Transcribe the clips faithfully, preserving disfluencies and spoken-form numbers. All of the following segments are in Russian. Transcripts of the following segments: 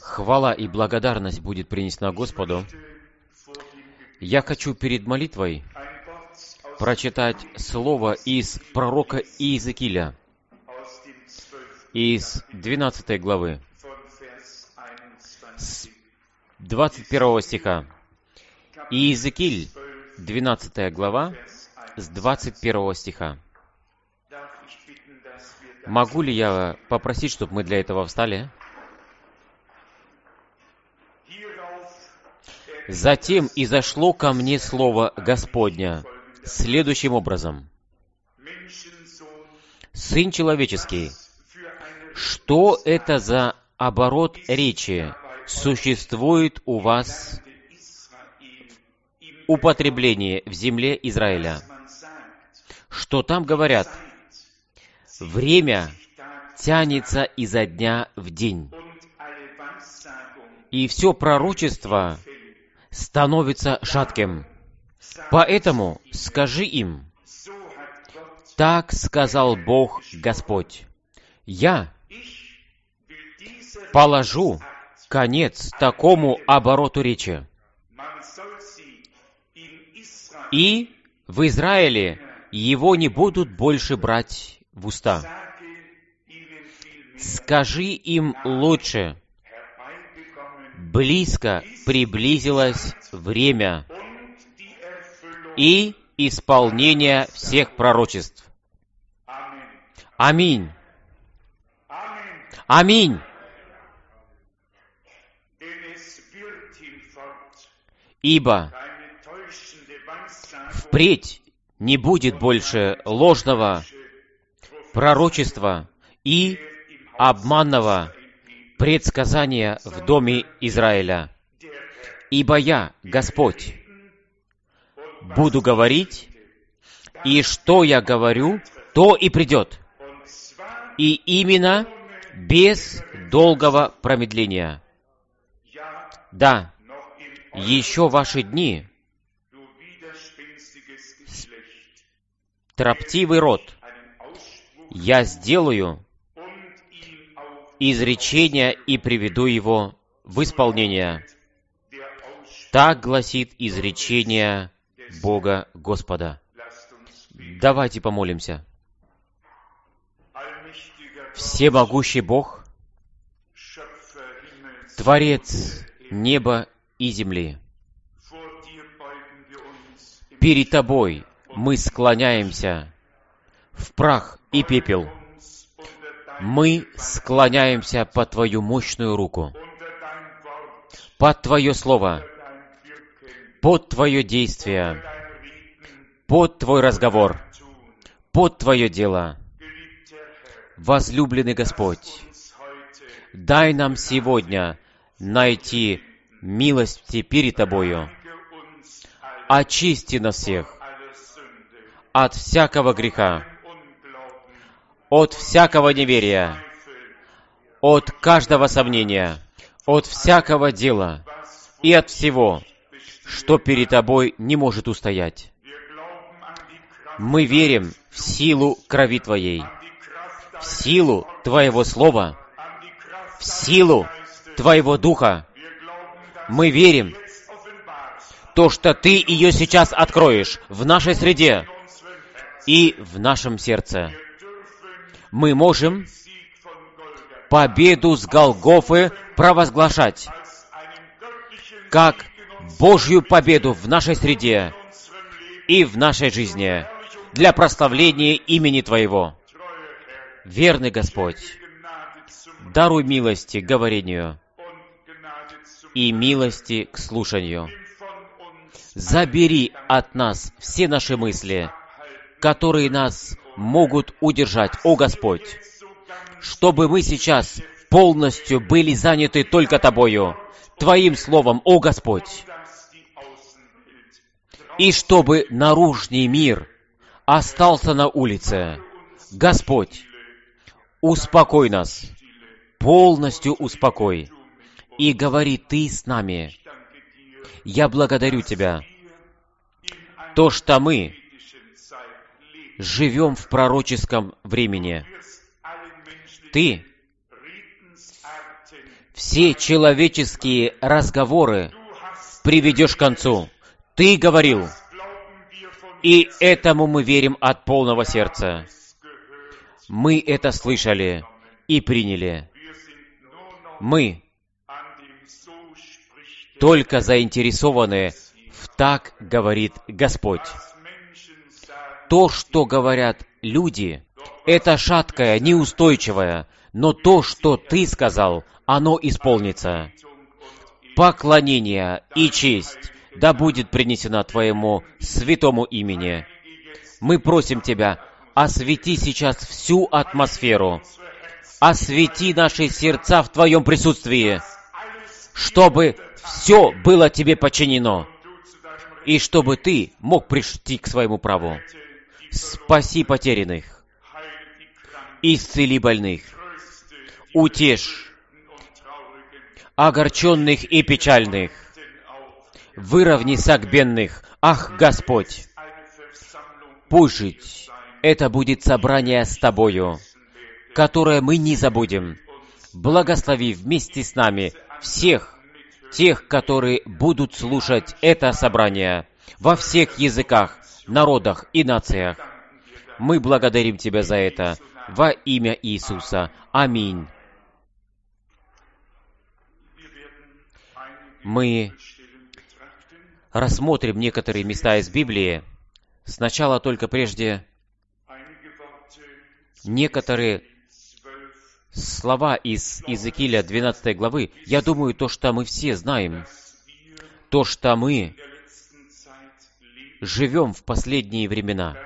Хвала и благодарность будет принесена Господу. Я хочу перед молитвой прочитать слово из пророка Иезекииля, из двенадцатой главы, с двадцать первого стиха. Иезекииль, двенадцатая глава, с двадцать первого стиха. Могу ли я попросить, чтобы мы для этого встали? «Затем изошло ко мне слово Господня следующим образом. Сын человеческий, что это за оборот речи существует у вас в употреблении в земле Израиля? Что там говорят? Время тянется изо дня в день, и все пророчество становится шатким. Поэтому скажи им, так сказал Бог Господь, я положу конец такому обороту речи, и в Израиле его не будут больше брать в уста. Скажи им лучше, близко приблизилось время и исполнение всех пророчеств. Аминь. Аминь. Ибо впредь не будет больше ложного пророчества и обманного предсказания в доме Израиля. Ибо я, Господь, буду говорить, и что я говорю, то и придет. И именно без долгого промедления. Да, еще ваши дни, троптивый род, я сделаю изречение и приведу его в исполнение. Так гласит изречение Бога Господа. Давайте помолимся. Всемогущий Бог, Творец неба и земли, перед Тобой мы склоняемся в прах и пепел. Мы склоняемся под Твою мощную руку, под Твое Слово, под Твое действие, под Твой разговор, под Твое дело. Возлюбленный Господь, дай нам сегодня найти милости перед Тобою. Очисти нас всех от всякого греха, от всякого неверия, от каждого сомнения, от всякого дела и от всего, что перед Тобой не может устоять. Мы верим в силу крови Твоей, в силу Твоего Слова, в силу Твоего Духа. Мы верим в то, что Ты ее сейчас откроешь в нашей среде и в нашем сердце. Мы можем победу с Голгофы провозглашать как Божью победу в нашей среде и в нашей жизни для прославления имени Твоего. Верный Господь, даруй милости к говорению и милости к слушанию. Забери от нас все наши мысли, которые нас могут удержать, о Господь, чтобы мы сейчас полностью были заняты только Тобою, Твоим Словом, о Господь, и чтобы наружный мир остался на улице. Господь, успокой нас, полностью успокой, и говори Ты с нами. Я благодарю Тебя, то, что мы живем в пророческом времени. Ты все человеческие разговоры приведешь к концу. Ты говорил, и этому мы верим от полного сердца. Мы это слышали и приняли. Мы только заинтересованы в «так говорит Господь». То, что говорят люди, это шаткое, неустойчивое, но то, что Ты сказал, оно исполнится. Поклонение и честь да будет принесена Твоему святому имени. Мы просим Тебя, освети сейчас всю атмосферу, освети наши сердца в Твоем присутствии, чтобы все было Тебе подчинено, и чтобы Ты мог прийти к своему праву. Спаси потерянных, исцели больных, утешь огорченных и печальных, выровни согбенных. Ах, Господь, пусть это будет собрание с Тобою, которое мы не забудем. Благослови вместе с нами всех тех, которые будут слушать это собрание во всех языках, народах и нациях. Мы благодарим Тебя за это во имя Иисуса. Аминь. Мы рассмотрим некоторые места из Библии. Сначала только прежде некоторые слова из Иезекииля двенадцатой главы. Я думаю, то, что мы все знаем, то, что мы живем в последние времена,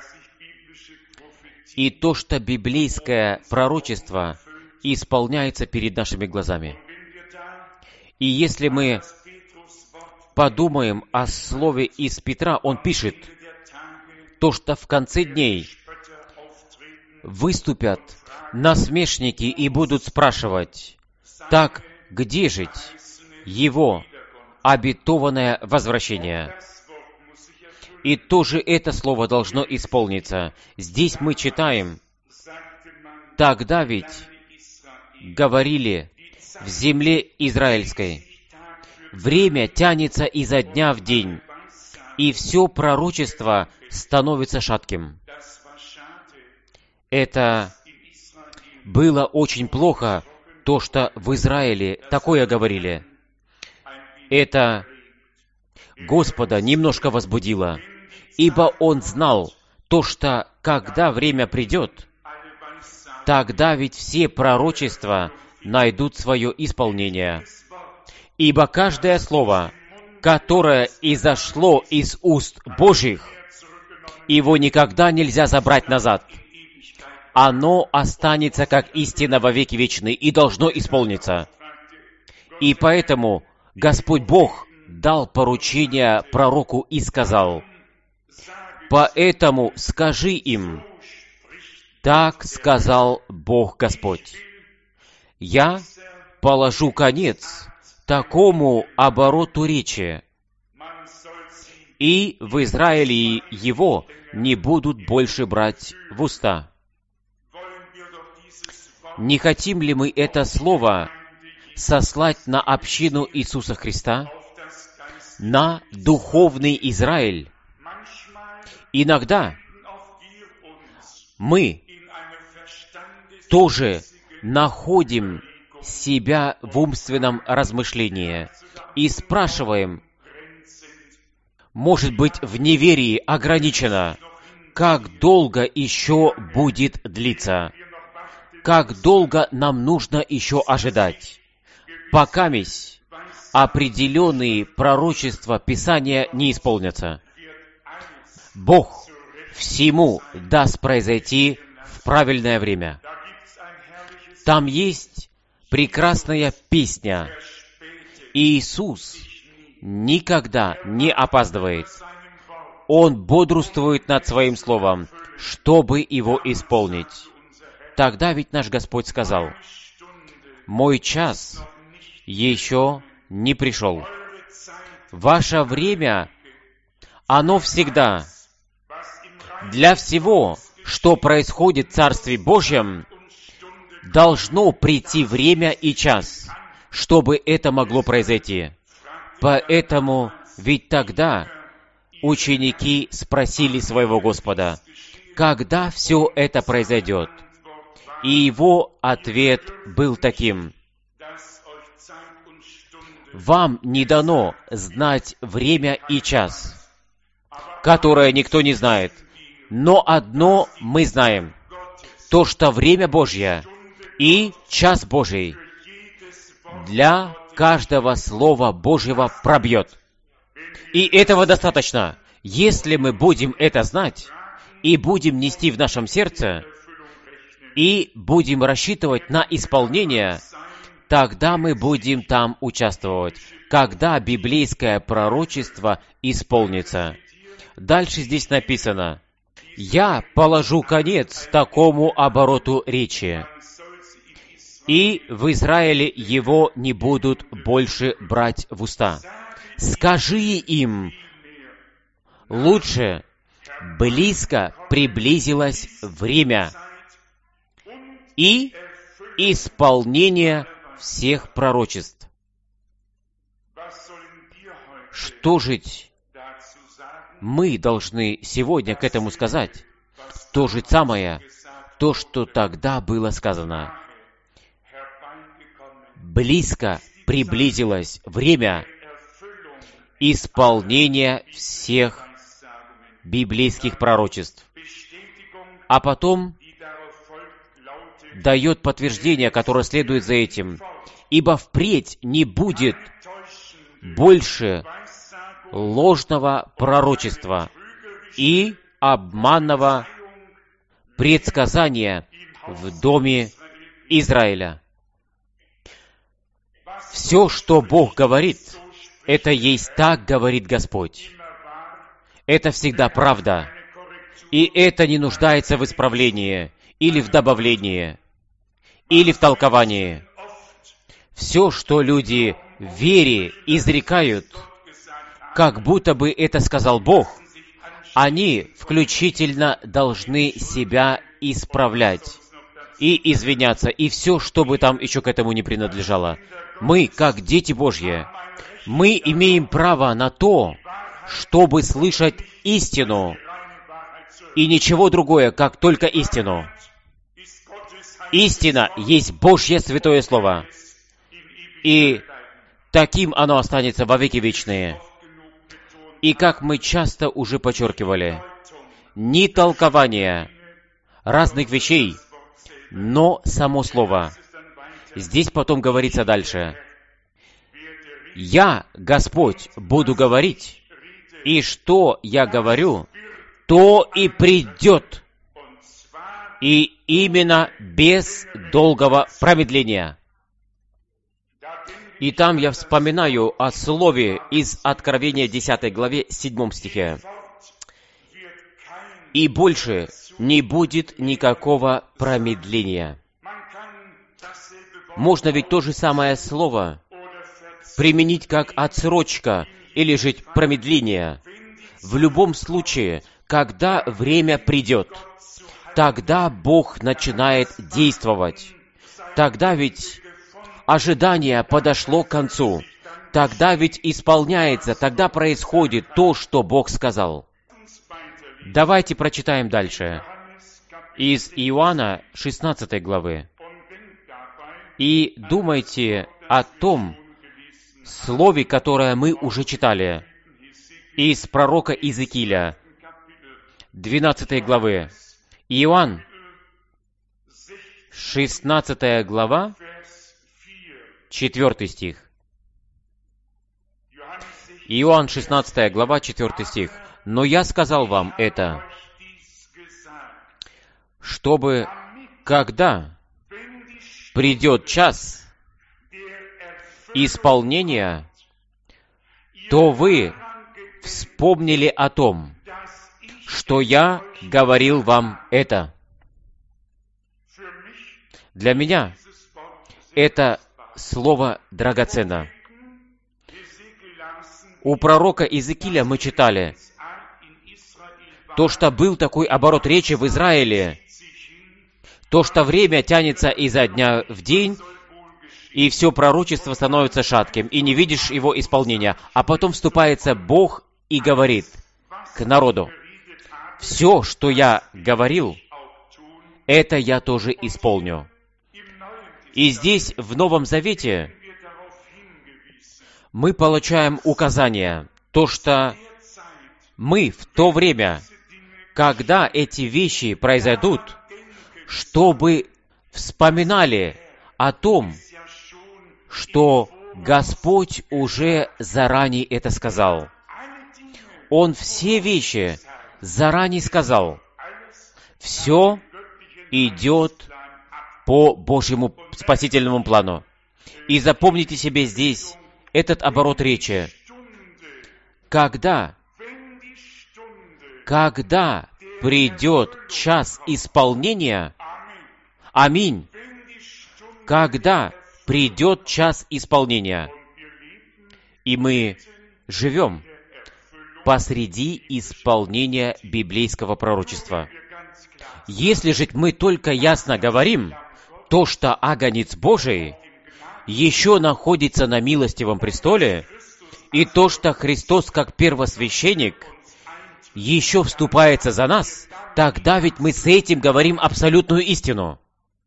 и то, что библейское пророчество исполняется перед нашими глазами. И если мы подумаем о слове из Петра, он пишет, то, что в конце дней выступят насмешники и будут спрашивать, так где же его обетованное возвращение? И тоже это слово должно исполниться. Здесь мы читаем, тогда ведь говорили в земле израильской, время тянется изо дня в день, и все пророчество становится шатким. Это было очень плохо, то, что в Израиле такое говорили. Это Господа немножко возбудило, ибо Он знал то, что когда время придет, тогда ведь все пророчества найдут свое исполнение. Ибо каждое слово, которое изошло из уст Божьих, его никогда нельзя забрать назад. Оно останется как истина во веки вечные и должно исполниться. И поэтому Господь Бог дал поручение пророку и сказал, «Поэтому скажи им, так сказал Бог Господь, я положу конец такому обороту речи, и в Израиле его не будут больше брать в уста». Не хотим ли мы это слово сослать на общину Иисуса Христа, на духовный Израиль? Иногда мы тоже находим себя в умственном размышлении и спрашиваем, может быть, в неверии ограничено, как долго еще будет длиться, как долго нам нужно еще ожидать, покамись определенные пророчества Писания не исполнятся. Бог всему даст произойти в правильное время. Там есть прекрасная песня. Иисус никогда не опаздывает. Он бодрствует над Своим Словом, чтобы его исполнить. Тогда ведь наш Господь сказал, «Мой час еще не пришел». Ваше время, оно всегда. Для всего, что происходит в Царстве Божьем, должно прийти время и час. чтобы это могло произойти. Поэтому ведь тогда ученики спросили своего Господа, когда все это произойдет? И его ответ был таким: «Вам не дано знать время и час, которое никто не знает. Но одно мы знаем, то, что время Божье и час Божий для каждого Слова Божьего пробьет». И этого достаточно. Если мы будем это знать, и будем нести в нашем сердце, и будем рассчитывать на исполнение, тогда мы будем там участвовать, когда библейское пророчество исполнится. Дальше здесь написано: «Я положу конец такому обороту речи, и в Израиле его не будут больше брать в уста. Скажи им, лучше, близко приблизилось время и исполнение всех пророчеств». Что же мы должны сегодня к этому сказать? То же самое, то, что тогда было сказано. Близко приблизилось время исполнения всех библейских пророчеств. А потом дает подтверждение, которое следует за этим. «Ибо впредь не будет больше ложного пророчества и обманного предсказания в доме Израиля». Все, что Бог говорит, это есть так говорит Господь. Это всегда правда. И это не нуждается в исправлении, или в добавлении, или в толковании. Все, что люди в вере изрекают, как будто бы это сказал Бог, они включительно должны себя исправлять и извиняться, и все, что бы там еще к этому не принадлежало. Мы, как дети Божьи, мы имеем право на то, чтобы слышать истину, и ничего другое, как только истину. Истина есть Божье Святое Слово, и таким оно останется во веки вечные. И как мы часто уже подчеркивали, не толкование разных вещей, но само Слово. Здесь потом говорится дальше: «Я, Господь, буду говорить, и что я говорю, то и придет, и именно без долгого промедления». И там я вспоминаю о слове из Откровения десятой главе, седьмом стихе. «И больше не будет никакого промедления». Можно ведь то же самое слово применить как отсрочка или же промедление. В любом случае, когда время придет, тогда Бог начинает действовать. Тогда ведь ожидание подошло к концу. Тогда ведь исполняется, тогда происходит то, что Бог сказал. Давайте прочитаем дальше. Из Иоанна шестнадцатой главы. И думайте о том слове, которое мы уже читали, из пророка Иезекииля, двенадцатой главы. Иоанн, шестнадцатая глава, четвертый стих. Иоанн, шестнадцатая глава, четвертый стих. «Но я сказал вам это, чтобы, когда придет час исполнения, то вы вспомнили о том, что я говорил вам это». Для меня это слово драгоценно. У пророка Иезекииля мы читали то, что был такой оборот речи в Израиле, то, что время тянется изо дня в день, и все пророчество становится шатким, и не видишь его исполнения. А потом вступается Бог и говорит к народу: «Все, что я говорил, это я тоже исполню». И здесь, в Новом Завете, мы получаем указание, то, что мы в то время, когда эти вещи произойдут, чтобы вспоминали о том, что Господь уже заранее это сказал. Он все вещи заранее сказал. Все идет по Божьему спасительному плану. И запомните себе здесь этот оборот речи. Когда, когда придет час исполнения, аминь, когда придет час исполнения, и мы живем посреди исполнения библейского пророчества. Если же мы только ясно говорим, то, что агнец Божий еще находится на милостивом престоле, и то, что Христос, как первосвященник, еще вступается за нас, тогда ведь мы с этим говорим абсолютную истину.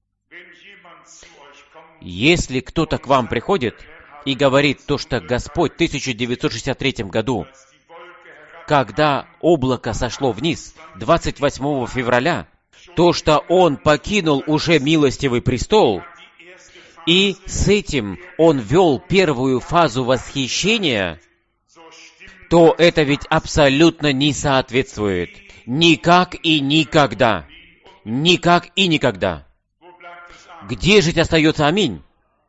Если кто-то к вам приходит и говорит то, что Господь в тысяча девятьсот шестьдесят третьем году, когда облако сошло вниз, двадцать восьмого февраля, то, что Он покинул уже милостивый престол, и с этим Он вел первую фазу восхищения, то это ведь абсолютно не соответствует. Никак и никогда. Никак и никогда. Где же остается аминь?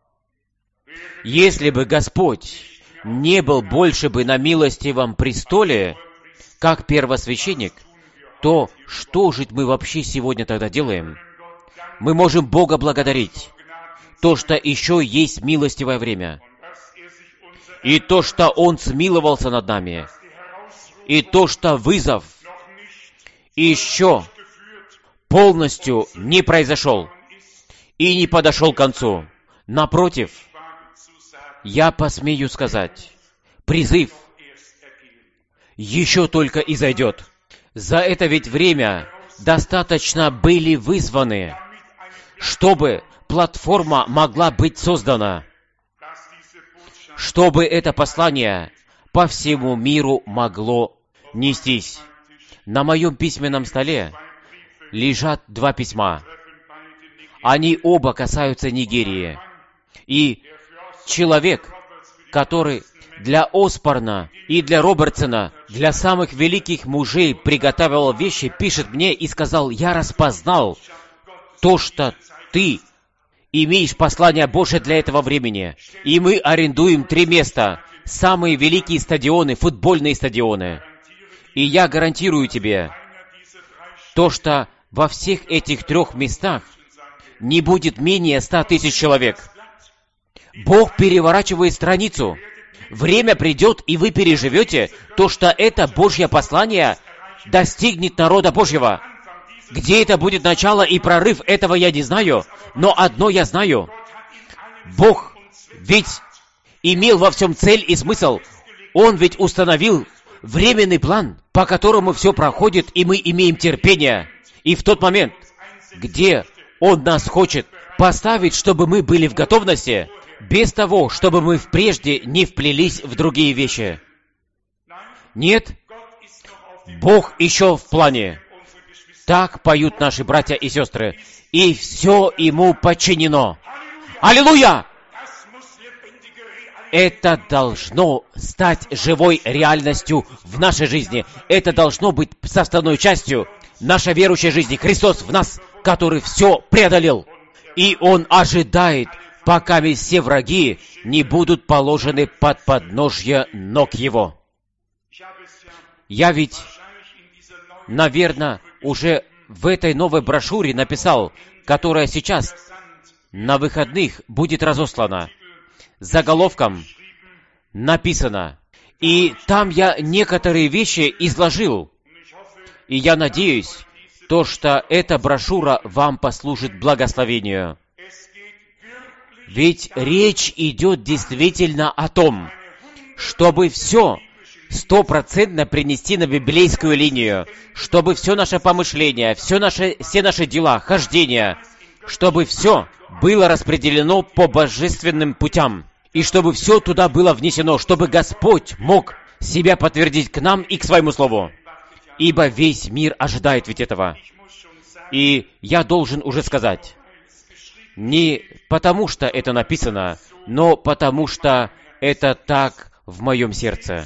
Если бы Господь не был больше бы на милостивом престоле, как первосвященник, то что же мы вообще сегодня тогда делаем? Мы можем Бога благодарить. То, что еще есть милостивое время. И то, что Он смиловался над нами. И то, что вызов еще полностью не произошел и не подошел к концу. Напротив, я посмею сказать, призыв еще только изойдет. За это ведь время достаточно были вызваны, чтобы платформа могла быть создана, чтобы это послание по всему миру могло нестись. На моем письменном столе лежат два письма. Они оба касаются Нигерии. И человек, который для Осборна и для Робертсона, для самых великих мужей приготовил вещи, пишет мне и сказал: «Я распознал то, что ты имеешь послание Божие для этого времени. И мы арендуем три места, самые великие стадионы, футбольные стадионы. И я гарантирую тебе то, что во всех этих трех местах не будет менее ста тысяч человек». Бог переворачивает страницу. Время придет, и вы переживете то, что это Божье послание достигнет народа Божьего. Где это будет начало и прорыв, этого я не знаю. Но одно я знаю. Бог ведь имел во всем цель и смысл. Он ведь установил временный план, по которому все проходит, и мы имеем терпение. И в тот момент, где Он нас хочет поставить, чтобы мы были в готовности, без того, чтобы мы прежде не вплелись в другие вещи. Нет, Бог еще в плане. Так поют наши братья и сестры. И все Ему подчинено. Аллилуйя! Это должно стать живой реальностью в нашей жизни. Это должно быть составной частью нашей верующей жизни. Христос в нас, который все преодолел. И Он ожидает, пока все враги не будут положены под подножье ног Его. Я ведь, наверное, уже в этой новой брошюре написал, которая сейчас на выходных будет разослана. Заголовком написано. И там я некоторые вещи изложил. И я надеюсь, то, что эта брошюра вам послужит благословению. Ведь речь идет действительно о том, чтобы все стопроцентно принести на библейскую линию, чтобы все наше помышление, все, наши, все наши дела, хождения, чтобы все было распределено по божественным путям, и чтобы все туда было внесено, чтобы Господь мог себя подтвердить к нам и к своему слову. Ибо весь мир ожидает ведь этого. И я должен уже сказать, не потому что это написано, но потому что это так в моем сердце.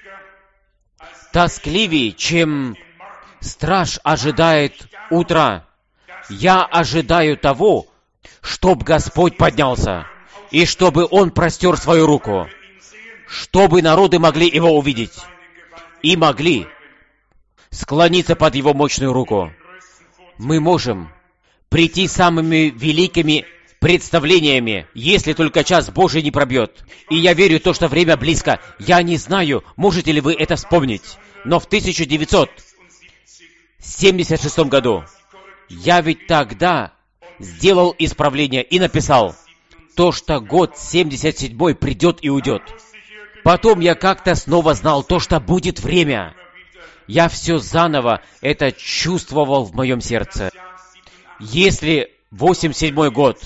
Тоскливее, чем страж ожидает утра, я ожидаю того, чтоб Господь поднялся, и чтобы Он простер свою руку, чтобы народы могли Его увидеть и могли склониться под Его мощную руку. Мы можем прийти самыми великими представлениями, если только час Божий не пробьет. И я верю в то, что время близко. Я не знаю, можете ли вы это вспомнить, но в тысяча девятьсот семьдесят шестом году я ведь тогда сделал исправление и написал то, что год семьдесят седьмой придет и уйдет. Потом я как-то снова знал то, что будет время. Я все заново это чувствовал в моем сердце. Если восемьдесят седьмой год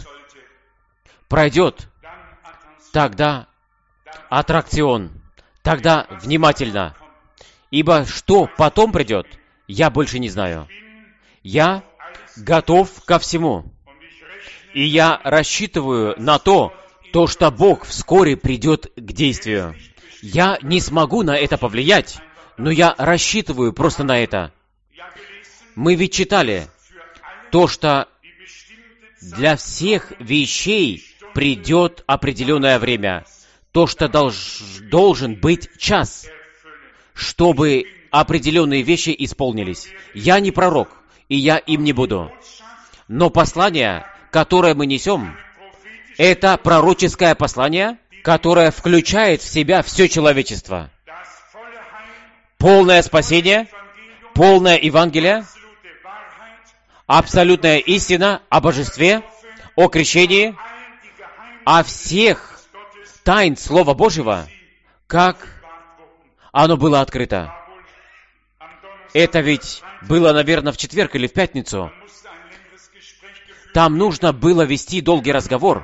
пройдет, тогда аттракцион, тогда внимательно. Ибо что потом придет, я больше не знаю. Я готов ко всему. И я рассчитываю на то, то, что Бог вскоре придет к действию. Я не смогу на это повлиять, но я рассчитываю просто на это. Мы ведь читали то, что для всех вещей придет определенное время. То, что долж, должен быть час, чтобы определенные вещи исполнились. Я не пророк, и я им не буду. Но послание, которое мы несем, это пророческое послание, которое включает в себя все человечество. Полное спасение, полное Евангелие, абсолютная истина о божестве, о крещении, о всех тайн Слова Божьего, как оно было открыто. Это ведь было, наверное, в четверг или в пятницу. Там нужно было вести долгий разговор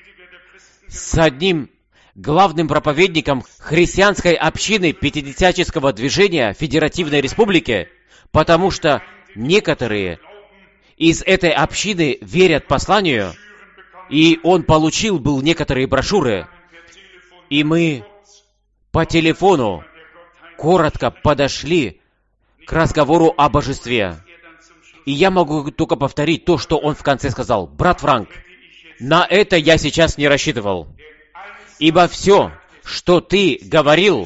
с одним главным проповедником христианской общины пятидесятнического движения Федеративной Республики, потому что некоторые из этой общины верят посланию, и он получил был некоторые брошюры, и мы по телефону коротко подошли к разговору о божестве. И я могу только повторить то, что он в конце сказал. Брат Франк, на это я сейчас не рассчитывал. Ибо все, что ты говорил,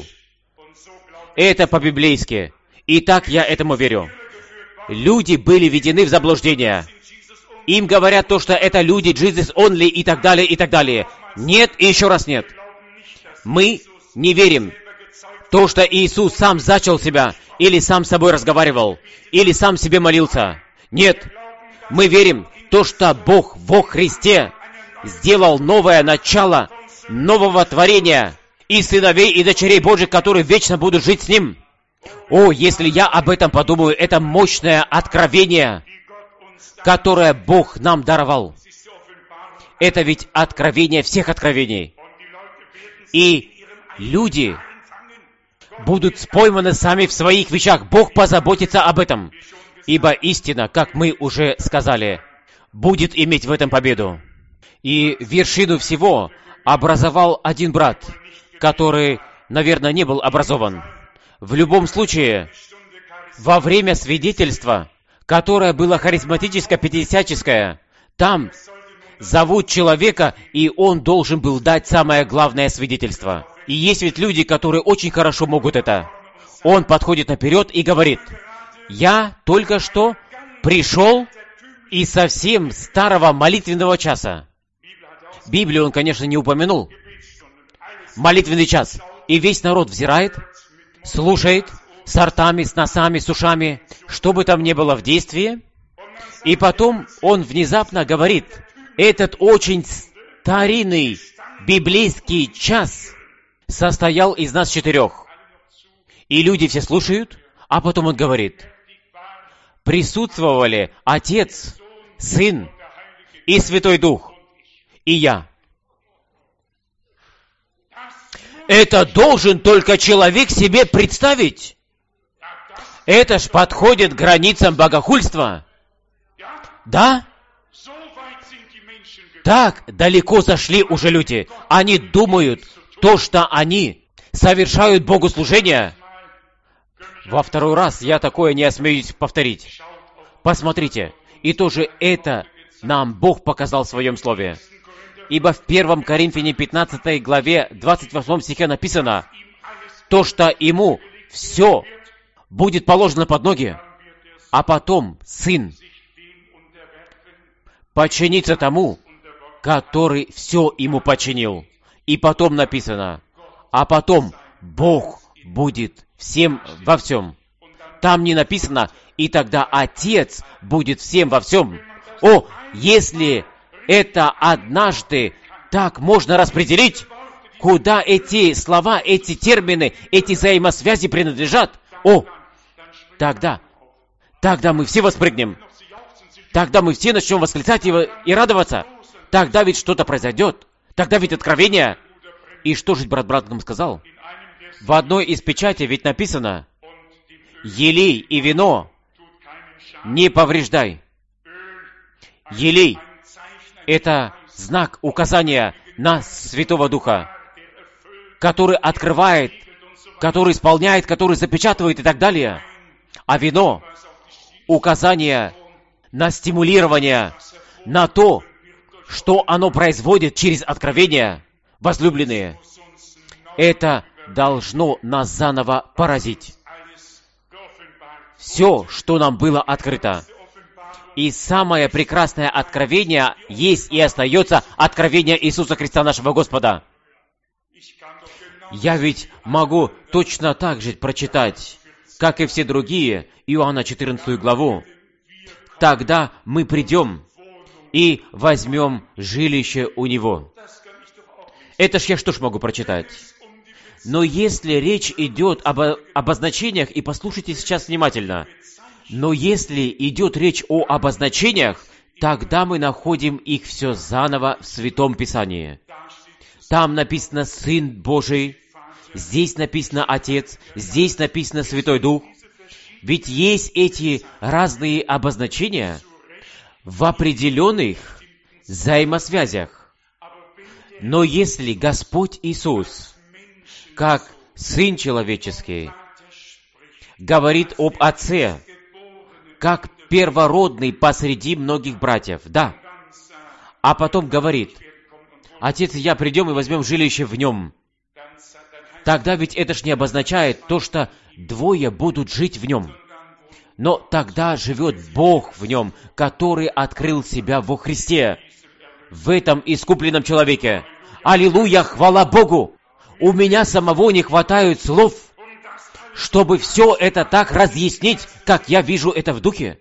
это по-библейски. И так я этому верю. Люди были введены в заблуждение. Им говорят то, что это люди, Jesus only и так далее, и так далее. Нет и еще раз нет. Мы не верим то, что Иисус сам зачал себя, или сам с собой разговаривал, или сам себе молился. Нет, мы верим то, что Бог во Христе сделал новое начало нового творения и сыновей и дочерей Божьих, которые вечно будут жить с Ним. О, если я об этом подумаю, это мощное откровение, которое Бог нам даровал. Это ведь откровение всех откровений. И люди будут пойманы сами в своих вещах. Бог позаботится об этом. Ибо истина, как мы уже сказали, будет иметь в этом победу. И вершину всего образовал один брат, который, наверное, не был образован. В любом случае, во время свидетельства, которое было харизматическое-пятидесятническое, там зовут человека, и он должен был дать самое главное свидетельство. И есть ведь люди, которые очень хорошо могут это. Он подходит наперед и говорит: «Я только что пришел из совсем старого молитвенного часа». Библию он, конечно, не упомянул. Молитвенный час. И весь народ взирает, слушает, с ртами, с носами, с ушами, что бы там ни было в действии. И потом он внезапно говорит: этот очень Старинный библейский час состоял из нас четырех. И люди все слушают, а потом он говорит: присутствовали Отец, Сын и Святой Дух, и я. Это должен только человек себе представить. Это ж подходит к границам богохульства. Да? Так далеко зашли уже люди. Они думают, то, что они совершают богослужение. Во второй раз я такое не осмеюсь повторить. Посмотрите, и тоже это нам Бог показал в Своем Слове. Ибо в первом Коринфяне пятнадцатой главе двадцать восьмом стихе написано, то, что ему все будет положено под ноги, а потом Сын подчинится тому, который все ему подчинил. И потом написано, а потом Бог будет всем во всем. Там не написано, и тогда Отец будет всем во всем. О, если это однажды так можно распределить, куда эти слова, эти термины, эти взаимосвязи принадлежат, о, тогда, тогда мы все воспрыгнем. Тогда мы все начнем восклицать и, и радоваться. Тогда ведь что-то произойдет. Тогда ведь откровение. И что же брат братом сказал? В одной из печатей ведь написано, елей и вино не повреждай. Елей — это знак указания на Святого Духа, который открывает, который исполняет, который запечатывает и так далее. А вино — указание на стимулирование, на то, что оно производит через откровение. Возлюбленные, это должно нас заново поразить. Все, что нам было открыто. И самое прекрасное откровение есть и остается откровение Иисуса Христа нашего Господа. Я ведь могу точно так же прочитать, как и все другие, Иоанна четырнадцатую главу. Тогда мы придем и возьмем жилище у Него. Это ж я что ж могу прочитать? Но если речь идет об обозначениях, и послушайте сейчас внимательно, но если идет речь о обозначениях, тогда мы находим их все заново в Святом Писании. Там написано Сын Божий, здесь написано Отец, здесь написано Святой Дух. Ведь есть эти разные обозначения в определенных взаимосвязях. Но если Господь Иисус, как Сын Человеческий, говорит об Отце, как первородный посреди многих братьев, да, а потом говорит, Отец и я придем и возьмем жилище в Нем, тогда ведь это ж не обозначает то, что двое будут жить в Нем. Но тогда живет Бог в Нем, который открыл себя во Христе, в этом искупленном человеке. Аллилуйя, хвала Богу! У меня самого не хватает слов, чтобы все это так разъяснить, как я вижу это в духе.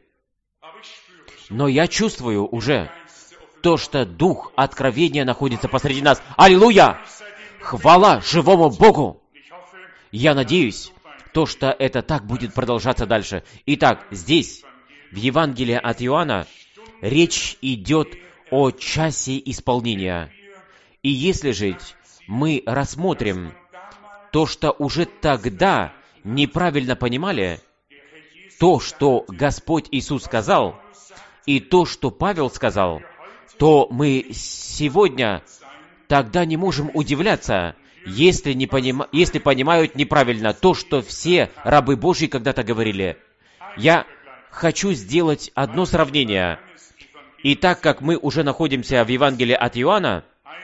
Но я чувствую уже то, что дух откровения находится посреди нас. Аллилуйя! Хвала живому Богу! Я надеюсь, то, что это так будет продолжаться дальше. Итак, здесь, в Евангелии от Иоанна, речь идет о часе исполнения. И если же мы рассмотрим то, что уже тогда неправильно понимали, то, что Господь Иисус сказал, и то, что Павел сказал, то мы сегодня тогда не можем удивляться, если, не поним... если понимают неправильно то, что все рабы Божьи когда-то говорили. Я хочу сделать одно сравнение. И так как мы уже находимся в Евангелии от Иоанна,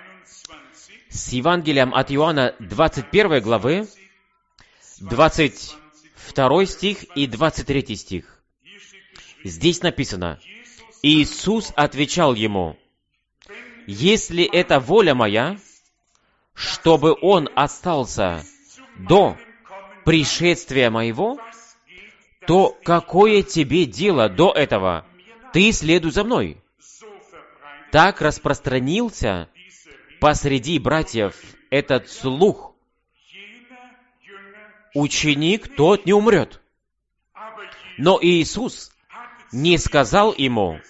с Евангелием от Иоанна двадцать первой главы, двадцать второй стих и двадцать третий стих. Здесь написано, Иисус отвечал ему, «Если это воля моя, чтобы он остался до пришествия моего, то какое тебе дело до этого? Ты следуй за мной». Так распространился посреди братьев этот слух, ученик тот не умрет. Но Иисус не сказал ему,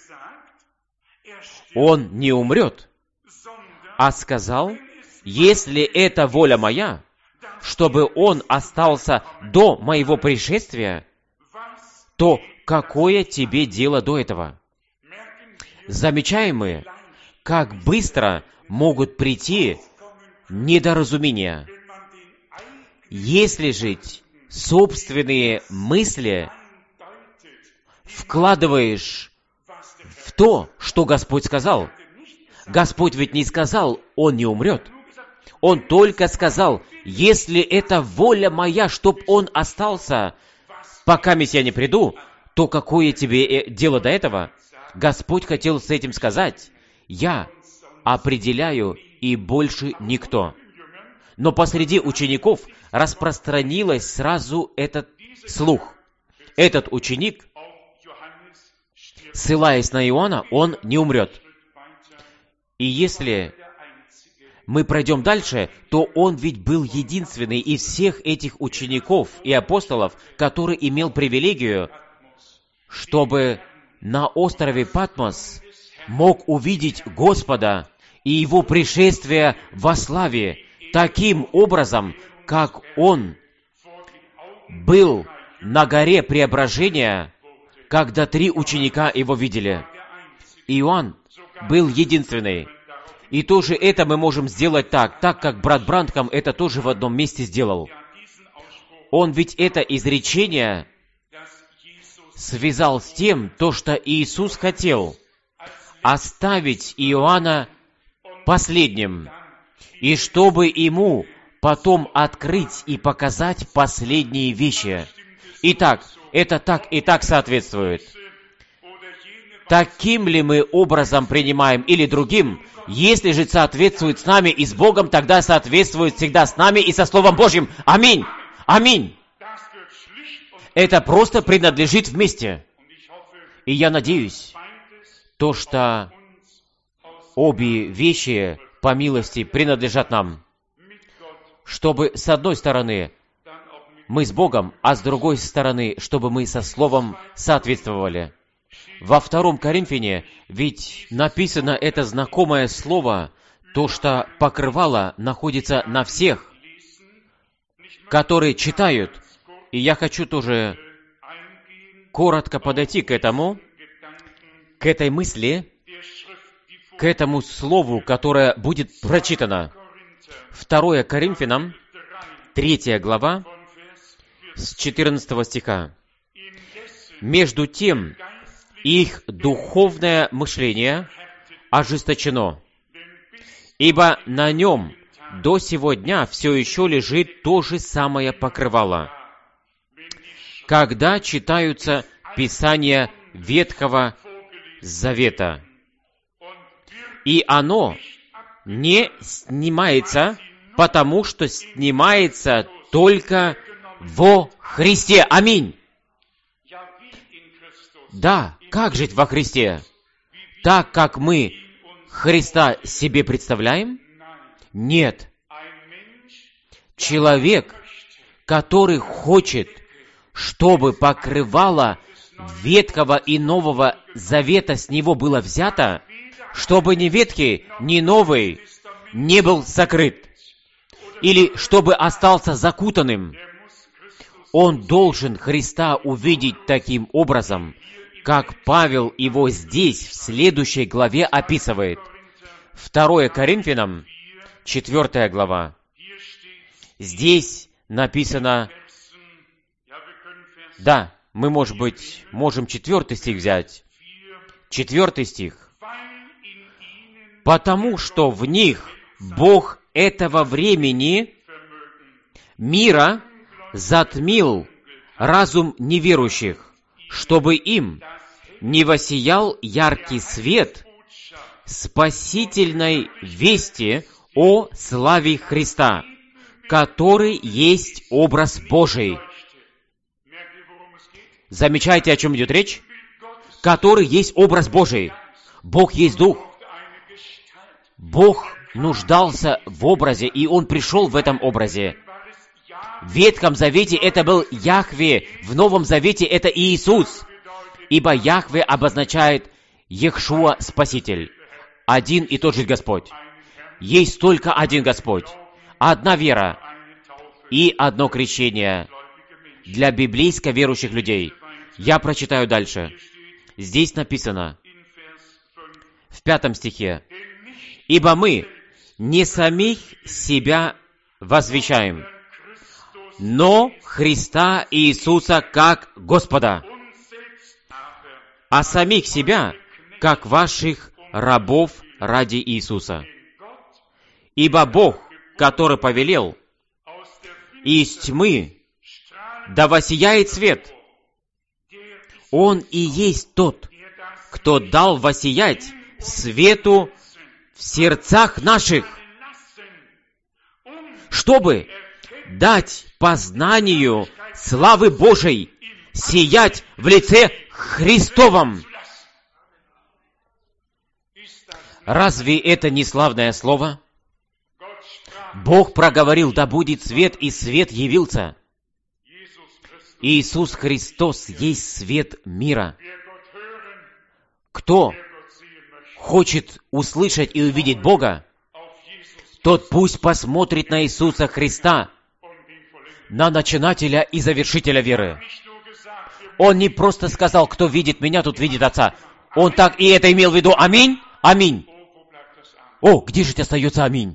он не умрет, а сказал, если это воля моя, чтобы он остался до моего пришествия, то какое тебе дело до этого? Замечаем мы, как быстро могут прийти недоразумения. Если жить собственные мысли вкладываешь в то, что Господь сказал, Господь ведь не сказал, он не умрет. Он только сказал, если это воля моя, чтоб он остался, пока я не приду, то какое тебе дело до этого? Господь хотел с этим сказать, я определяю и больше никто. Но посреди учеников распространилось сразу этот слух. Этот ученик, ссылаясь на Иоанна, он не умрет. И если мы пройдем дальше, то он ведь был единственный из всех этих учеников и апостолов, который имел привилегию, чтобы на острове Патмос мог увидеть Господа и Его пришествие во славе таким образом, как он был на горе Преображения, когда три ученика его видели. Иоанн был единственный. И тоже это мы можем сделать так, так как брат Бранхам это тоже в одном месте сделал. Он ведь это изречение связал с тем, то, что Иисус хотел оставить Иоанна последним, и чтобы ему потом открыть и показать последние вещи. Итак, это так и так соответствует. Таким ли мы образом принимаем или другим, если же соответствует с нами и с Богом, тогда соответствует всегда с нами и со Словом Божьим. Аминь! Аминь! Это просто принадлежит вместе. И я надеюсь, то, что обе вещи, по милости, принадлежат нам, чтобы, с одной стороны, мы с Богом, а с другой стороны, чтобы мы со Словом соответствовали. Во втором Коринфяне ведь написано это знакомое слово, то, что покрывало находится на всех, которые читают. И я хочу тоже коротко подойти к этому, к этой мысли, к этому слову, которое будет прочитано. второе Коринфянам, третья глава, с четырнадцатого стиха. «Между тем, их духовное мышление ожесточено, ибо на нем до сего дня все еще лежит то же самое покрывало, когда читаются Писания Ветхого Завета, и оно не снимается, потому что снимается только во Христе». Аминь. Да, как жить во Христе? Так, как мы Христа себе представляем? Нет. Человек, который хочет, чтобы покрывало Ветхого и Нового Завета с него было взято, чтобы ни ветхий, ни новый не был сокрыт, или чтобы остался закутанным, он должен Христа увидеть таким образом, как Павел его здесь, в следующей главе, описывает. второе Коринфянам, четвертая глава. Здесь написано, да, мы, может быть, можем четвертый стих взять. Четвертый стих. «Потому что в них Бог этого времени, мира, затмил разум неверующих, чтобы им не воссиял яркий свет спасительной вести о славе Христа, который есть образ Божий». Замечаете, о чем идет речь? Который есть образ Божий. Бог есть Дух. Бог нуждался в образе, и он пришел в этом образе. В Ветхом Завете это был Яхве, в Новом Завете это Иисус. Ибо Яхве обозначает Йехшуа Спаситель. Один и тот же Господь. Есть только один Господь, одна вера и одно крещение для библейско верующих людей. Я прочитаю дальше. Здесь написано в пятом стихе: «Ибо мы не самих себя возвещаем, но Христа Иисуса как Господа, а самих себя как ваших рабов ради Иисуса. Ибо Бог, который повелел, из тьмы да воссияет свет, Он и есть тот, кто дал воссиять свету в сердцах наших, чтобы дать познанию славы Божией сиять в лице Христовом». Разве это не славное слово? Бог проговорил: да будет свет, и свет явился. Иисус Христос есть свет мира. Кто хочет услышать и увидеть Бога, тот пусть посмотрит на Иисуса Христа, на начинателя и завершителя веры. Он не просто сказал: кто видит меня, тот видит Отца. Он так и это имел в виду. Аминь? Аминь. О, где же остается аминь?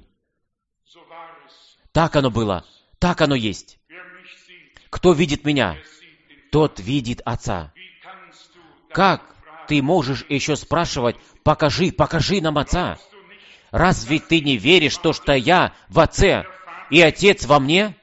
Так оно было, так оно есть. Кто видит меня, тот видит Отца. Как ты можешь еще спрашивать: покажи, покажи нам Отца? Разве ты не веришь, то, что я в Отце и Отец во мне?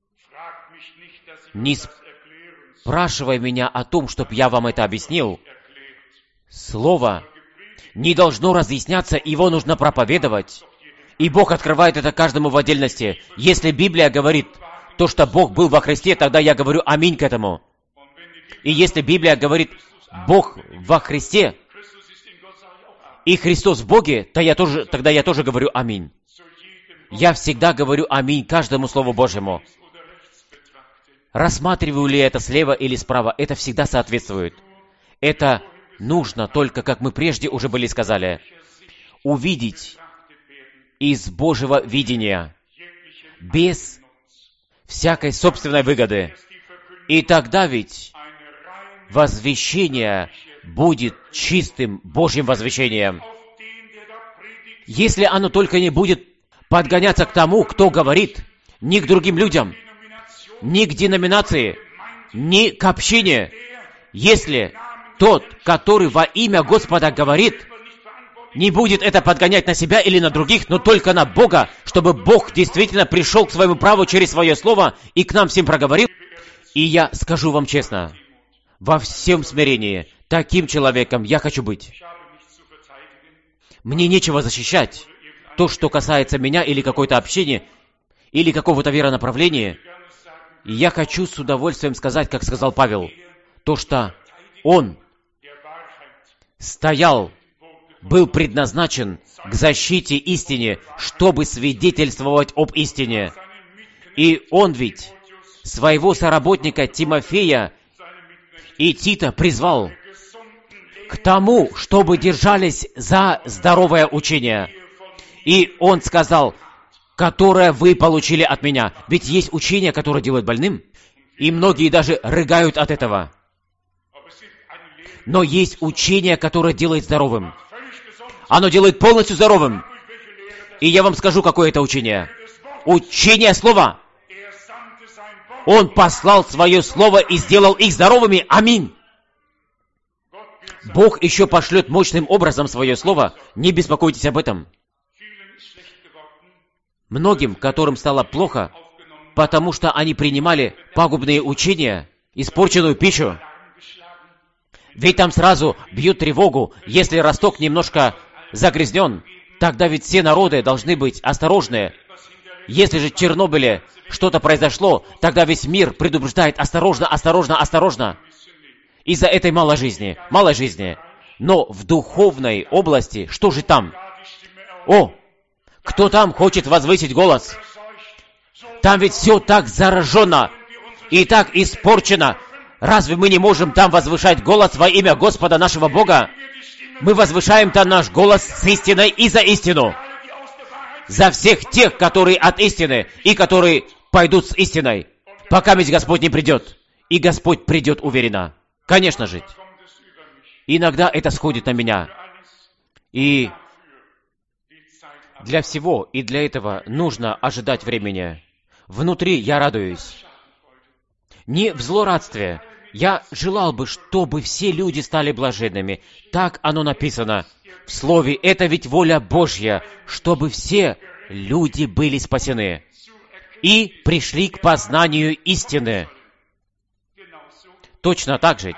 Не спрашивай меня о том, чтобы я вам это объяснил. Слово не должно разъясняться, его нужно проповедовать. И Бог открывает это каждому в отдельности. Если Библия говорит то, что Бог был во Христе, тогда я говорю аминь к этому. И если Библия говорит Бог во Христе, и Христос в Боге, то я тоже, тогда я тоже говорю аминь. Я всегда говорю аминь каждому Слову Божьему. Рассматриваю ли это слева или справа, это всегда соответствует. Это нужно только, как мы прежде уже были сказали, увидеть из Божьего видения, без всякой собственной выгоды. И тогда ведь возвещение будет чистым Божьим возвещением. Если оно только не будет подгоняться к тому, кто говорит, ни к другим людям, ни к деноминации, ни к общине. Если тот, который во имя Господа говорит, не будет это подгонять на себя или на других, но только на Бога, чтобы Бог действительно пришел к своему праву через свое слово и к нам всем проговорил. И я скажу вам честно, во всем смирении, таким человеком я хочу быть. Мне нечего защищать. То, что касается меня или какой-то общины, или какого-то веронаправления, и я хочу с удовольствием сказать, как сказал Павел, то, что он стоял, был предназначен к защите истине, чтобы свидетельствовать об истине. И он ведь своего соработника Тимофея и Тита призвал к тому, чтобы держались за здоровое учение. И он сказал, которое вы получили от меня. Ведь есть учение, которое делает больным, и многие даже рыгают от этого. Но есть учение, которое делает здоровым. Оно делает полностью здоровым. И я вам скажу, какое это учение. Учение слова. Он послал свое слово и сделал их здоровыми. Аминь. Бог еще пошлет мощным образом свое слово. Не беспокойтесь об этом. Многим, которым стало плохо, потому что они принимали пагубные учения, испорченную пищу. Ведь там сразу бьют тревогу, если росток немножко загрязнен, тогда ведь все народы должны быть осторожны. Если же в Чернобыле что-то произошло, тогда весь мир предупреждает: осторожно, осторожно, осторожно. Из-за этой малой жизни, малой жизни. Но в духовной области, что же там? О, Кто там хочет возвысить голос? Там ведь все так заражено и так испорчено. Разве мы не можем там возвышать голос во имя Господа нашего Бога? Мы возвышаем там наш голос с истиной и за истину. За всех тех, которые от истины и которые пойдут с истиной, пока ведь Господь не придет. И Господь придет уверенно. Конечно же. Иногда это сходит на меня. И для всего и для этого нужно ожидать времени. Внутри я радуюсь. Не в злорадстве. Я желал бы, чтобы все люди стали блаженными. Так оно написано в Слове. Это ведь воля Божья, чтобы все люди были спасены и пришли к познанию истины. Точно так же.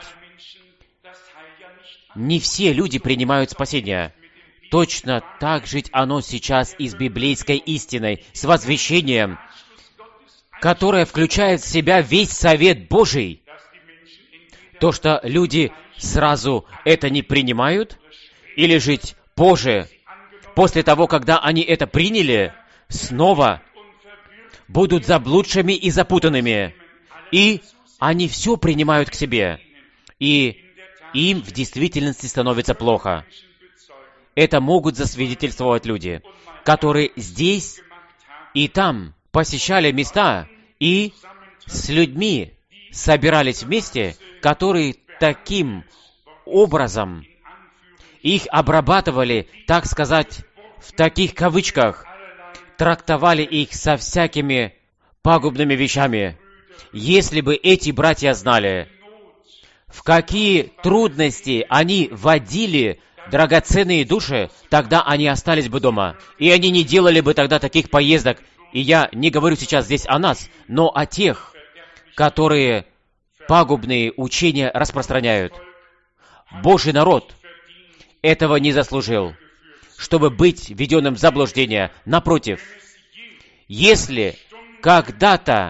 Не все люди принимают спасение. Точно так же оно сейчас и с библейской истиной, с возвещением, которое включает в себя весь совет Божий. То, что люди сразу это не принимают, или жить позже, после того, когда они это приняли, снова будут заблудшими и запутанными. И они все принимают к себе. И им в действительности становится плохо. Это могут засвидетельствовать люди, которые здесь и там посещали места и с людьми собирались вместе, которые таким образом их обрабатывали, так сказать, в таких кавычках, трактовали их со всякими пагубными вещами. Если бы эти братья знали, в какие трудности они вводили драгоценные души, тогда они остались бы дома. И они не делали бы тогда таких поездок. И я не говорю сейчас здесь о нас, но о тех, которые пагубные учения распространяют. Божий народ этого не заслужил, чтобы быть введенным в заблуждение. Напротив, если когда-то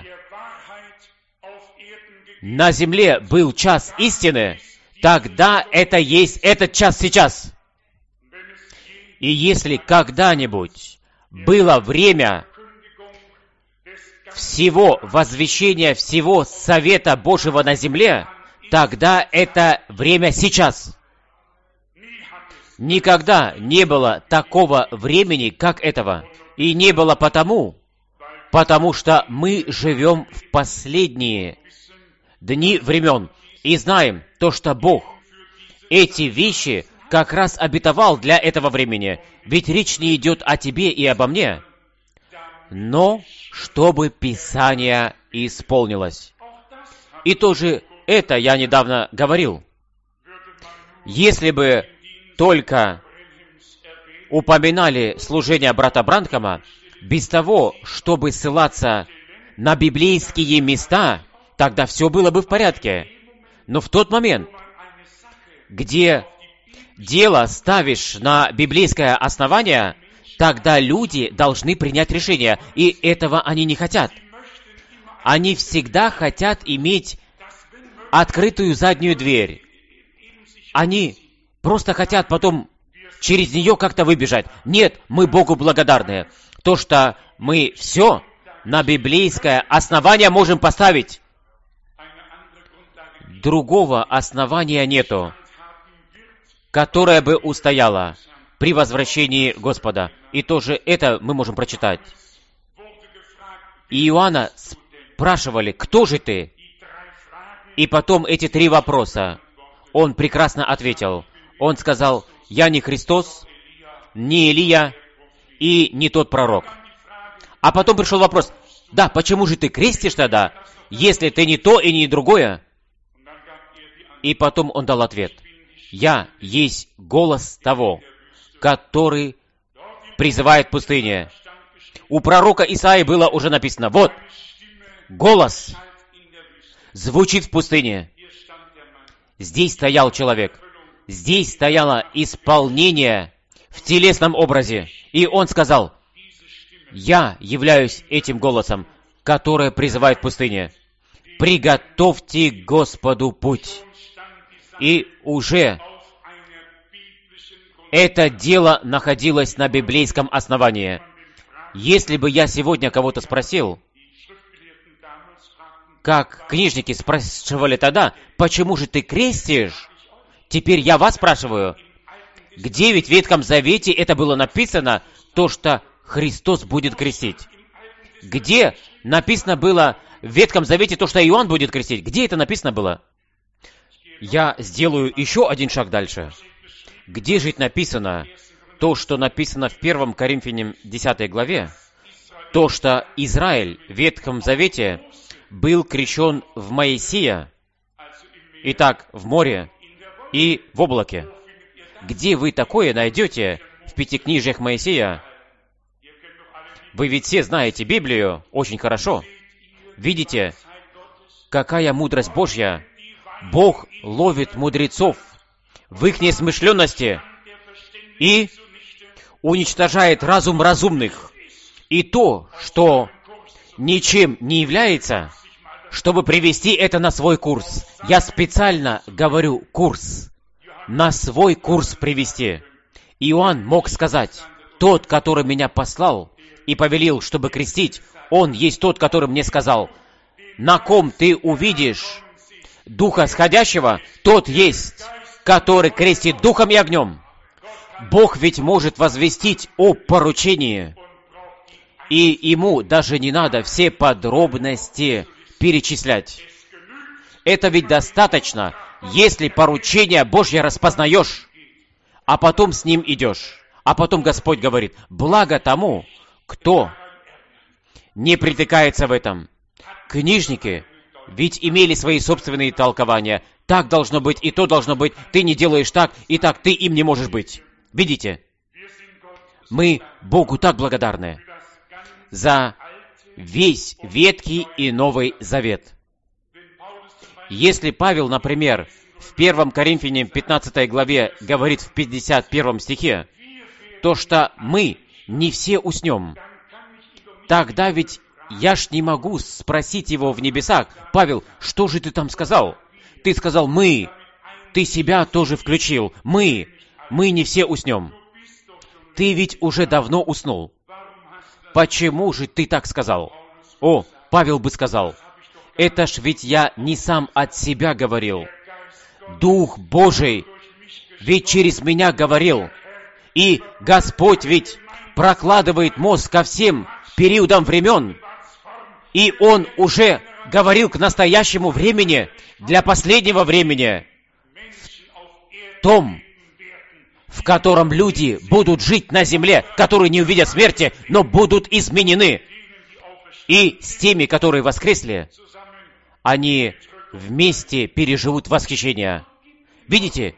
на земле был час истины, тогда это есть этот час сейчас. И если когда-нибудь было время всего возвещения всего Совета Божьего на земле, тогда это время сейчас. Никогда не было такого времени, как этого. И не было потому, потому что мы живем в последние дни времен. И знаем то, что Бог эти вещи как раз обетовал для этого времени. Ведь речь не идет о тебе и обо мне, но чтобы Писание исполнилось. И тоже это я недавно говорил. Если бы только упоминали служение брата Бранхама, без того, чтобы ссылаться на библейские места, тогда все было бы в порядке. Но в тот момент, где дело ставишь на библейское основание, тогда люди должны принять решение, и этого они не хотят. Они всегда хотят иметь открытую заднюю дверь. Они просто хотят потом через нее как-то выбежать. Нет, мы Богу благодарны. То, что мы все на библейское основание можем поставить. Другого основания нету, которое бы устояло при возвращении Господа. И тоже это мы можем прочитать. И Иоанна спрашивали, кто же ты? И потом эти три вопроса. Он прекрасно ответил. Он сказал, я не Христос, не Илия и не тот пророк. А потом пришел вопрос, да, почему же ты крестишь тогда, если ты не то и не другое? И потом он дал ответ. Я есть голос того, который призывает пустыне. У пророка Исаии было уже написано, вот, голос звучит в пустыне. Здесь стоял человек. Здесь стояло исполнение в телесном образе. И он сказал, я являюсь этим голосом, который призывает в пустыне. Приготовьте Господу путь. И уже это дело находилось на библейском основании. Если бы я сегодня кого-то спросил, как книжники спрашивали тогда, почему же ты крестишь? Теперь я вас спрашиваю, где ведь в Ветхом Завете это было написано, то, что Христос будет крестить? Где написано было в Ветхом Завете то, что Иоанн будет крестить? Где это написано было? Я сделаю еще один шаг дальше. Где же это написано то, что написано в первом Коринфянам десятой главе? То, что Израиль в Ветхом Завете был крещен в Моисея, итак, в море и в облаке. Где вы такое найдете в Пятикнижиях Моисея? Вы ведь все знаете Библию очень хорошо. Видите, какая мудрость Божья. Бог ловит мудрецов в их несмышленности и уничтожает разум разумных. И то, что ничем не является, чтобы привести это на свой курс. Я специально говорю курс. На свой курс привести. Иоанн мог сказать, тот, который меня послал и повелел, чтобы крестить, он есть тот, который мне сказал, на ком ты увидишь Духа Сходящего, тот есть, который крестит Духом и огнем. Бог ведь может возвестить о поручении, и ему даже не надо все подробности перечислять. Это ведь достаточно, если поручение Божье распознаешь, а потом с ним идешь. А потом Господь говорит, благо тому, кто не притыкается в этом. Книжники ведь имели свои собственные толкования. Так должно быть, и то должно быть. Ты не делаешь так, и так ты им не можешь быть. Видите? Мы Богу так благодарны за весь Ветхий и Новый Завет. Если Павел, например, в первом Коринфянам пятнадцатой главе говорит в пятьдесят первом стихе, то, что мы не все уснем, тогда ведь я ж не могу спросить его в небесах, Павел, что же ты там сказал? Ты сказал «мы», ты себя тоже включил, «мы», мы не все уснем. Ты ведь уже давно уснул. Почему же ты так сказал? О, Павел бы сказал, это ж ведь я не сам от себя говорил. Дух Божий ведь через меня говорил. И Господь ведь прокладывает мост ко всем периодам времен. И Он уже говорил к настоящему времени, для последнего времени, в том, в котором люди будут жить на земле, которые не увидят смерти, но будут изменены. И с теми, которые воскресли, они вместе переживут восхищение. Видите?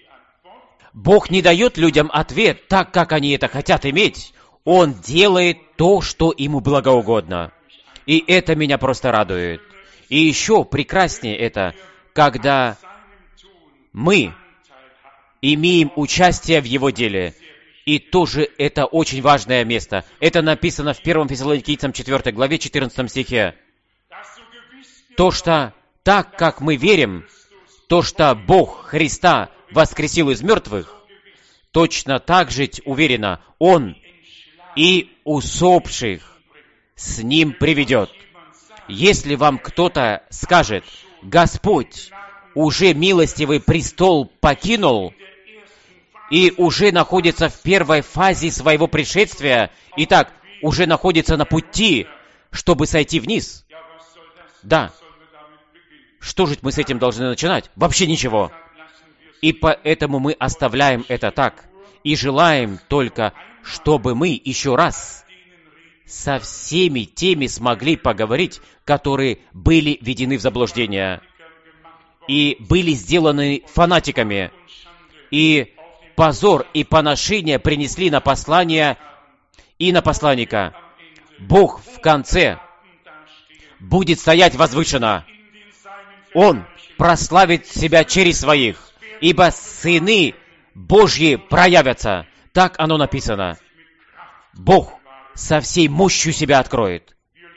Бог не дает людям ответ так, как они это хотят иметь. Он делает то, что ему благоугодно. И это меня просто радует. И еще прекраснее это, когда мы имеем участие в Его деле. И тоже это очень важное место. Это написано в первом Фессалоникийцам четвёртой главе, четырнадцатом стихе. То, что так, как мы верим, то, что Бог Христа воскресил из мертвых, точно так же уверенно Он и усопших с Ним приведет. Если вам кто-то скажет, Господь уже милостивый престол покинул и уже находится в первой фазе своего пришествия, итак, уже находится на пути, чтобы сойти вниз. Да. Что же мы с этим должны начинать? Вообще ничего. И поэтому мы оставляем это так. И желаем только, чтобы мы еще раз со всеми теми смогли поговорить, которые были введены в заблуждение и были сделаны фанатиками, и позор и поношение принесли на послание и на посланника. Бог в конце будет стоять возвышенно. Он прославит себя через своих, ибо сыны Божьи проявятся. Так оно написано. Бог со всей мощью себя откроет.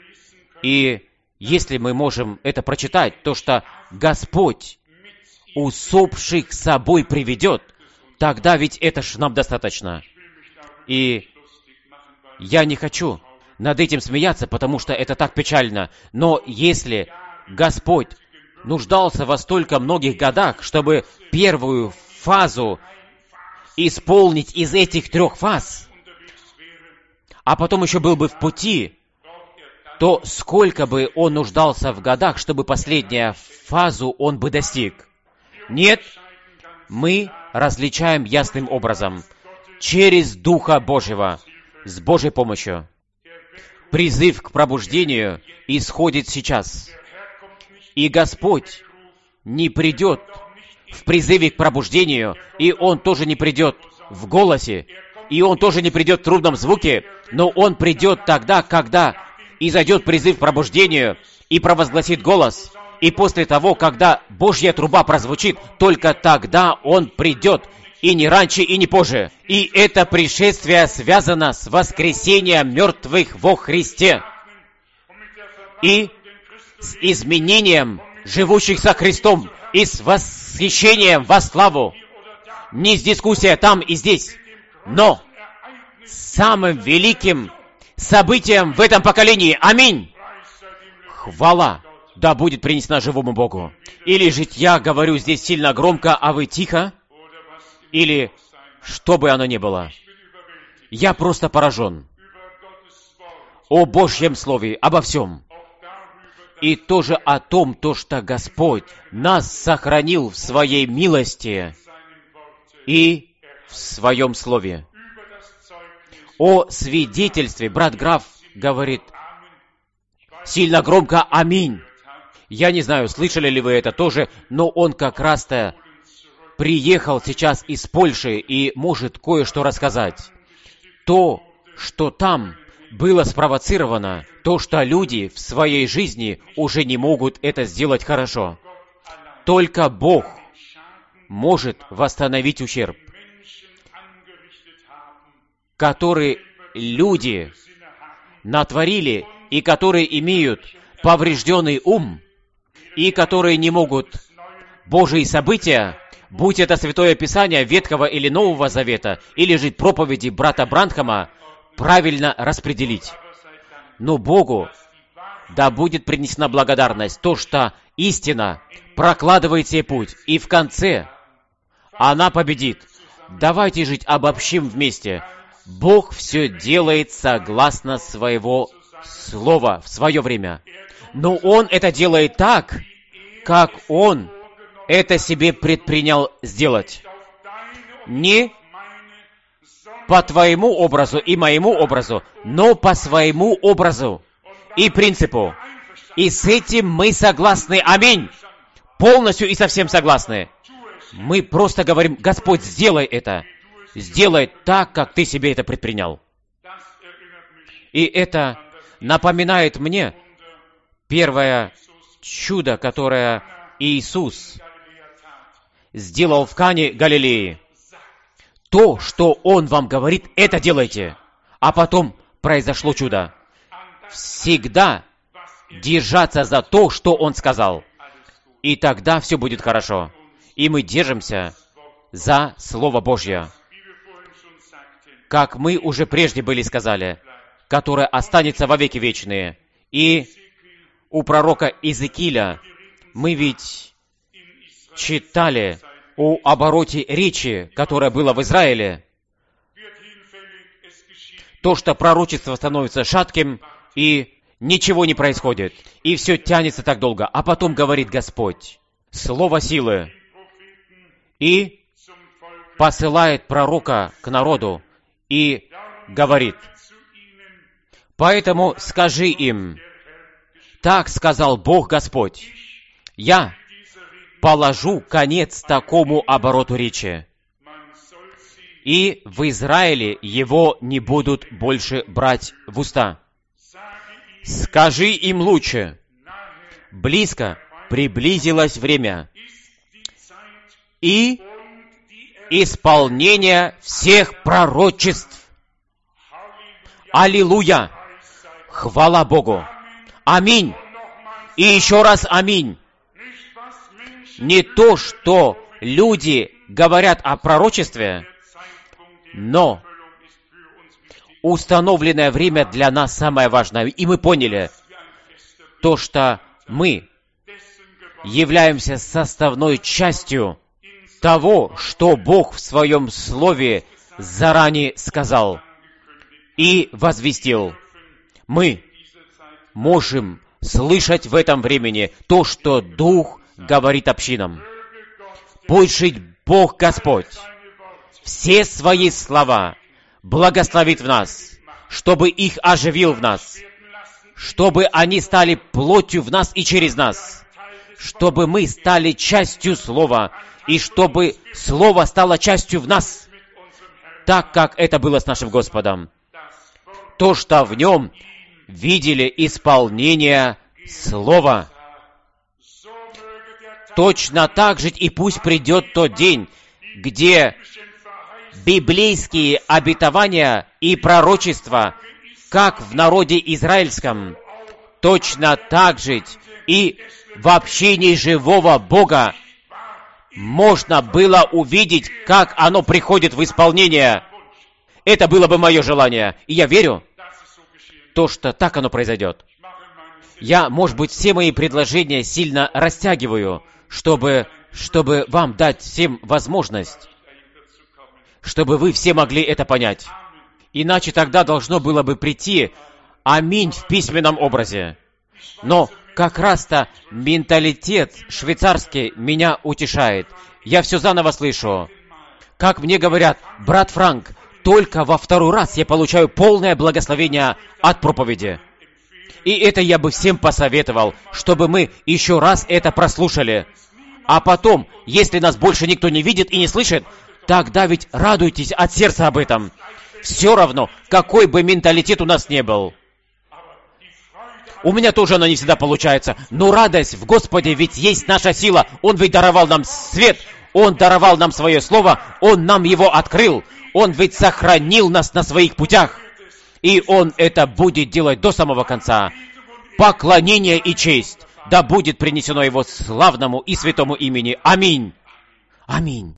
И если мы можем это прочитать, то что Господь усопших с собой приведет, тогда ведь это ж нам достаточно. И я не хочу над этим смеяться, потому что это так печально. Но если Господь нуждался во столько многих годах, чтобы первую фазу исполнить из этих трех фаз, а потом еще был бы в пути, то сколько бы он нуждался в годах, чтобы последнюю фазу он бы достиг? Нет, мы различаем ясным образом, через Духа Божьего, с Божьей помощью. Призыв к пробуждению исходит сейчас. И Господь не придет в призыве к пробуждению, и Он тоже не придет в голосе, и Он тоже не придет в трубном звуке, но Он придет тогда, когда изойдет призыв к пробуждению и провозгласит голос. И после того, когда Божья труба прозвучит, только тогда Он придет, и не раньше, и не позже. И это пришествие связано с воскресением мертвых во Христе и с изменением живущих со Христом, и с восхищением во славу. Не с дискуссией там и здесь, но самым великим событием в этом поколении. Аминь! Хвала да будет принесена живому Богу. Или же я говорю здесь сильно громко, а вы тихо, или что бы оно ни было. Я просто поражен о Божьем Слове, обо всем. И тоже о том, то, что Господь нас сохранил в Своей милости и в Своем Слове. О свидетельстве брат Граф говорит сильно громко «Аминь». Я не знаю, слышали ли вы это тоже, но он как раз-то приехал сейчас из Польши и может кое-что рассказать. То, что там было спровоцировано, то, что люди в своей жизни уже не могут это сделать хорошо. Только Бог может восстановить ущерб, который люди натворили и которые имеют поврежденный ум, и которые не могут Божьи события, будь это Святое Писание Ветхого или Нового Завета, или же проповеди брата Бранхама, правильно распределить. Но Богу да будет принесена благодарность, то, что истина прокладывает себе путь, и в конце она победит. Давайте жить обобщим вместе. Бог все делает согласно своего слова в свое время. Но Он это делает так, как Он это себе предпринял сделать. Не по твоему образу и моему образу, но по своему образу и принципу. И с этим мы согласны. Аминь. Полностью и совсем согласны. Мы просто говорим: Господь, сделай это. Сделай так, как Ты себе это предпринял. И это напоминает мне первое чудо, которое Иисус сделал в Кане Галилеи. То, что Он вам говорит, это делайте. А потом произошло чудо. Всегда держаться за то, что Он сказал. И тогда все будет хорошо. И мы держимся за Слово Божье. Как мы уже прежде были сказали, которое останется во веки вечные. И у пророка Иезекииля мы ведь читали о обороте речи, которое было в Израиле. То, что пророчество становится шатким, и ничего не происходит, и все тянется так долго. А потом говорит Господь слово силы и посылает пророка к народу и говорит: «Поэтому скажи им, так сказал Бог Господь, я положу конец такому обороту речи, и в Израиле его не будут больше брать в уста. Скажи им лучше, близко приблизилось время и исполнение всех пророчеств». Аллилуйя! Хвала Богу! Аминь! И еще раз аминь! Не то, что люди говорят о пророчестве, но установленное время для нас самое важное. И мы поняли то, что мы являемся составной частью того, что Бог в Своем Слове заранее сказал и возвестил. Мы можем слышать в этом времени то, что Дух говорит общинам. Пусть жить Бог Господь все Свои слова благословит в нас, чтобы их оживил в нас, чтобы они стали плотью в нас и через нас, чтобы мы стали частью Слова, и чтобы Слово стало частью в нас, так как это было с нашим Господом. То, что в Нем видели исполнение Слова. Точно так же и пусть придет тот день, где библейские обетования и пророчества, как в народе израильском, точно так же и в общении живого Бога можно было увидеть, как оно приходит в исполнение. Это было бы мое желание. И я верю, то, что так оно произойдет. Я, может быть, все мои предложения сильно растягиваю, чтобы, чтобы вам дать всем возможность, чтобы вы все могли это понять. Иначе тогда должно было бы прийти «Аминь» в письменном образе. Но как раз-то менталитет швейцарский меня утешает. Я все заново слышу. Как мне говорят, брат Франк, только во второй раз я получаю полное благословение от проповеди. И это я бы всем посоветовал, чтобы мы еще раз это прослушали. А потом, если нас больше никто не видит и не слышит, тогда ведь радуйтесь от сердца об этом. Все равно, какой бы менталитет у нас не был. У меня тоже она не всегда получается. Но радость в Господе, ведь есть наша сила. Он ведь даровал нам свет. Он даровал нам свое слово. Он нам его открыл. Он ведь сохранил нас на своих путях. И Он это будет делать до самого конца. Поклонение и честь да будет принесено Его славному и святому имени. Аминь. Аминь.